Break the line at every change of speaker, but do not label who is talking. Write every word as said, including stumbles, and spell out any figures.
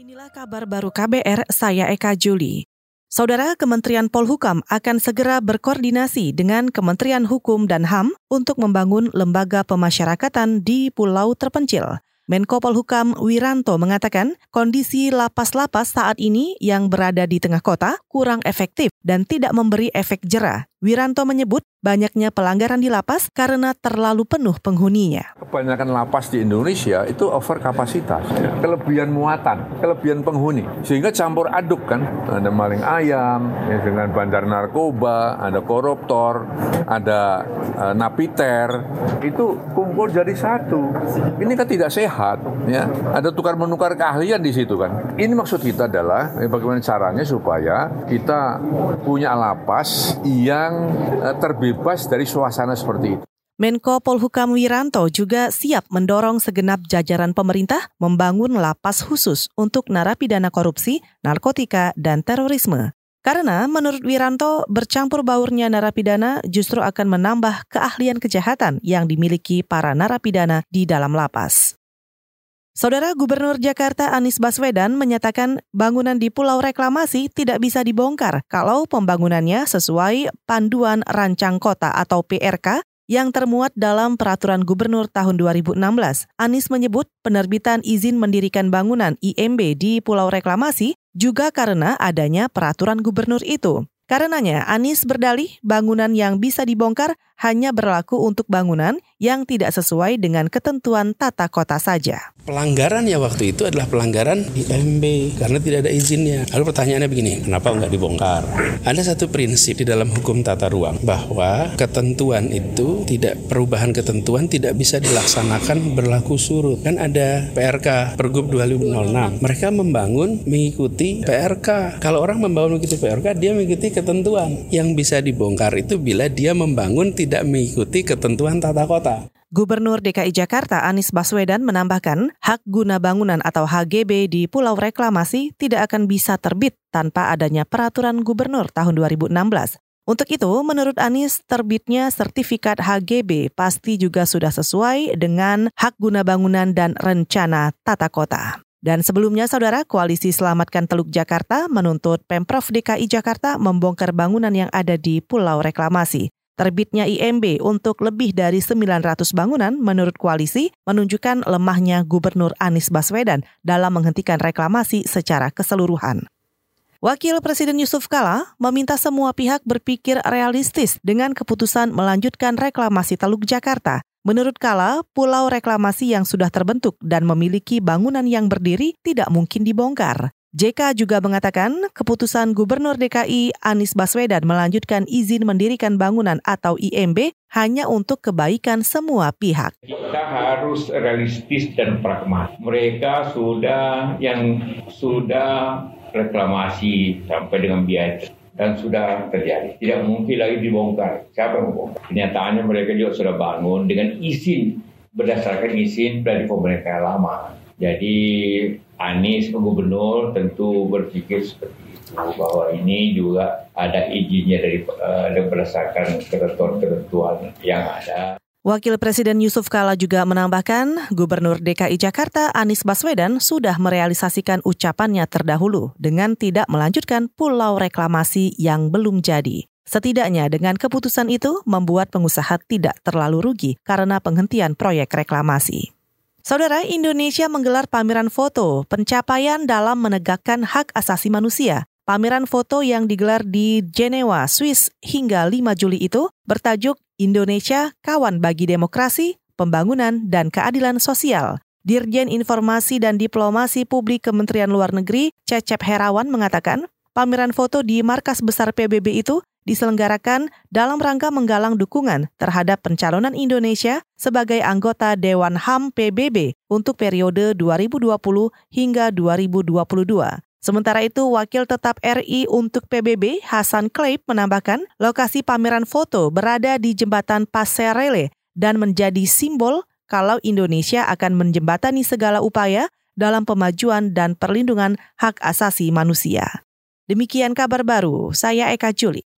Inilah kabar baru K B R, saya Eka Juli. Saudara, Kementerian Polhukam akan segera berkoordinasi dengan Kementerian Hukum dan H A M untuk membangun lembaga pemasyarakatan di pulau terpencil. Menko Polhukam Wiranto mengatakan kondisi lapas-lapas saat ini yang berada di tengah kota kurang efektif dan tidak memberi efek jera. Wiranto menyebut banyaknya pelanggaran di lapas karena terlalu penuh penghuninya.
Kebanyakan lapas di Indonesia itu over kapasitas, ya. Kelebihan muatan, kelebihan penghuni. Sehingga campur aduk kan, ada maling ayam, ya, dengan bandar narkoba, ada koruptor, ada uh, napiter, itu kumpul jadi satu. Ini kan tidak sehat, ya. Ada tukar-menukar keahlian di situ kan. Ini maksud kita adalah ya, bagaimana caranya supaya kita punya lapas yang terbebas dari suasana seperti itu.
Menko Polhukam Wiranto juga siap mendorong segenap jajaran pemerintah membangun lapas khusus untuk narapidana korupsi, narkotika, dan terorisme. Karena menurut Wiranto, bercampur baurnya narapidana justru akan menambah keahlian kejahatan yang dimiliki para narapidana di dalam lapas. Saudara Gubernur Jakarta Anies Baswedan menyatakan bangunan di Pulau Reklamasi tidak bisa dibongkar kalau pembangunannya sesuai Panduan Rancang Kota atau P R K yang termuat dalam Peraturan Gubernur tahun dua ribu enam belas. Anies menyebut penerbitan izin mendirikan bangunan I M B di Pulau Reklamasi juga karena adanya Peraturan Gubernur itu. Karenanya, Anies berdalih bangunan yang bisa dibongkar hanya berlaku untuk bangunan yang tidak sesuai dengan ketentuan tata kota saja.
Pelanggaran ya waktu itu adalah pelanggaran I M B karena tidak ada izinnya. Lalu pertanyaannya begini, kenapa nggak dibongkar? Ada satu prinsip di dalam hukum tata ruang bahwa ketentuan itu tidak perubahan ketentuan tidak bisa dilaksanakan berlaku surut. Kan ada P R K Pergub dua ribu enam. Mereka membangun mengikuti P R K. Kalau orang membangun mengikuti P R K, dia mengikuti ketentuan. Yang bisa dibongkar itu bila dia membangun tidak mengikuti ketentuan tata kota.
Gubernur D K I Jakarta Anies Baswedan menambahkan, hak guna bangunan atau H G B di Pulau Reklamasi tidak akan bisa terbit tanpa adanya Peraturan Gubernur tahun dua ribu enam belas. Untuk itu, menurut Anies, terbitnya sertifikat H G B pasti juga sudah sesuai dengan hak guna bangunan dan rencana tata kota. Dan sebelumnya, Saudara, Koalisi Selamatkan Teluk Jakarta menuntut Pemprov D K I Jakarta membongkar bangunan yang ada di Pulau Reklamasi. Terbitnya I M B untuk lebih dari sembilan ratus bangunan menurut koalisi menunjukkan lemahnya Gubernur Anies Baswedan dalam menghentikan reklamasi secara keseluruhan. Wakil Presiden Yusuf Kala meminta semua pihak berpikir realistis dengan keputusan melanjutkan reklamasi Teluk Jakarta. Menurut Kala, pulau reklamasi yang sudah terbentuk dan memiliki bangunan yang berdiri tidak mungkin dibongkar. J K juga mengatakan keputusan Gubernur D K I Anies Baswedan melanjutkan izin mendirikan bangunan atau I M B hanya untuk kebaikan semua pihak.
Kita harus realistis dan pragmatis. Mereka sudah yang sudah reklamasi sampai dengan biaya dan sudah terjadi. Tidak mungkin lagi dibongkar. Siapa yang membongkar? Kenyataannya mereka juga sudah bangun dengan izin berdasarkan izin dari pemerintah lama. Jadi Anies Gubernur tentu berpikir seperti itu bahwa ini juga ada izinnya dari uh, berdasarkan ketentuan-ketentuan yang ada.
Wakil Presiden Yusuf Kala juga menambahkan, Gubernur D K I Jakarta Anies Baswedan sudah merealisasikan ucapannya terdahulu dengan tidak melanjutkan pulau reklamasi yang belum jadi. Setidaknya dengan keputusan itu membuat pengusaha tidak terlalu rugi karena penghentian proyek reklamasi. Saudara, Indonesia menggelar pameran foto pencapaian dalam menegakkan hak asasi manusia. Pameran foto yang digelar di Jenewa, Swiss hingga lima Juli itu bertajuk Indonesia Kawan Bagi Demokrasi, Pembangunan, dan Keadilan Sosial. Dirjen Informasi dan Diplomasi Publik Kementerian Luar Negeri, Cecep Herawan mengatakan, pameran foto di markas besar P B B itu diselenggarakan dalam rangka menggalang dukungan terhadap pencalonan Indonesia sebagai anggota Dewan H A M P B B untuk periode dua ribu dua puluh hingga dua ribu dua puluh dua. Sementara itu, Wakil Tetap R I untuk P B B, Hasan Kleip, menambahkan lokasi pameran foto berada di Jembatan Passerelle dan menjadi simbol kalau Indonesia akan menjembatani segala upaya dalam pemajuan dan perlindungan hak asasi manusia. Demikian kabar baru, saya Eka Juli.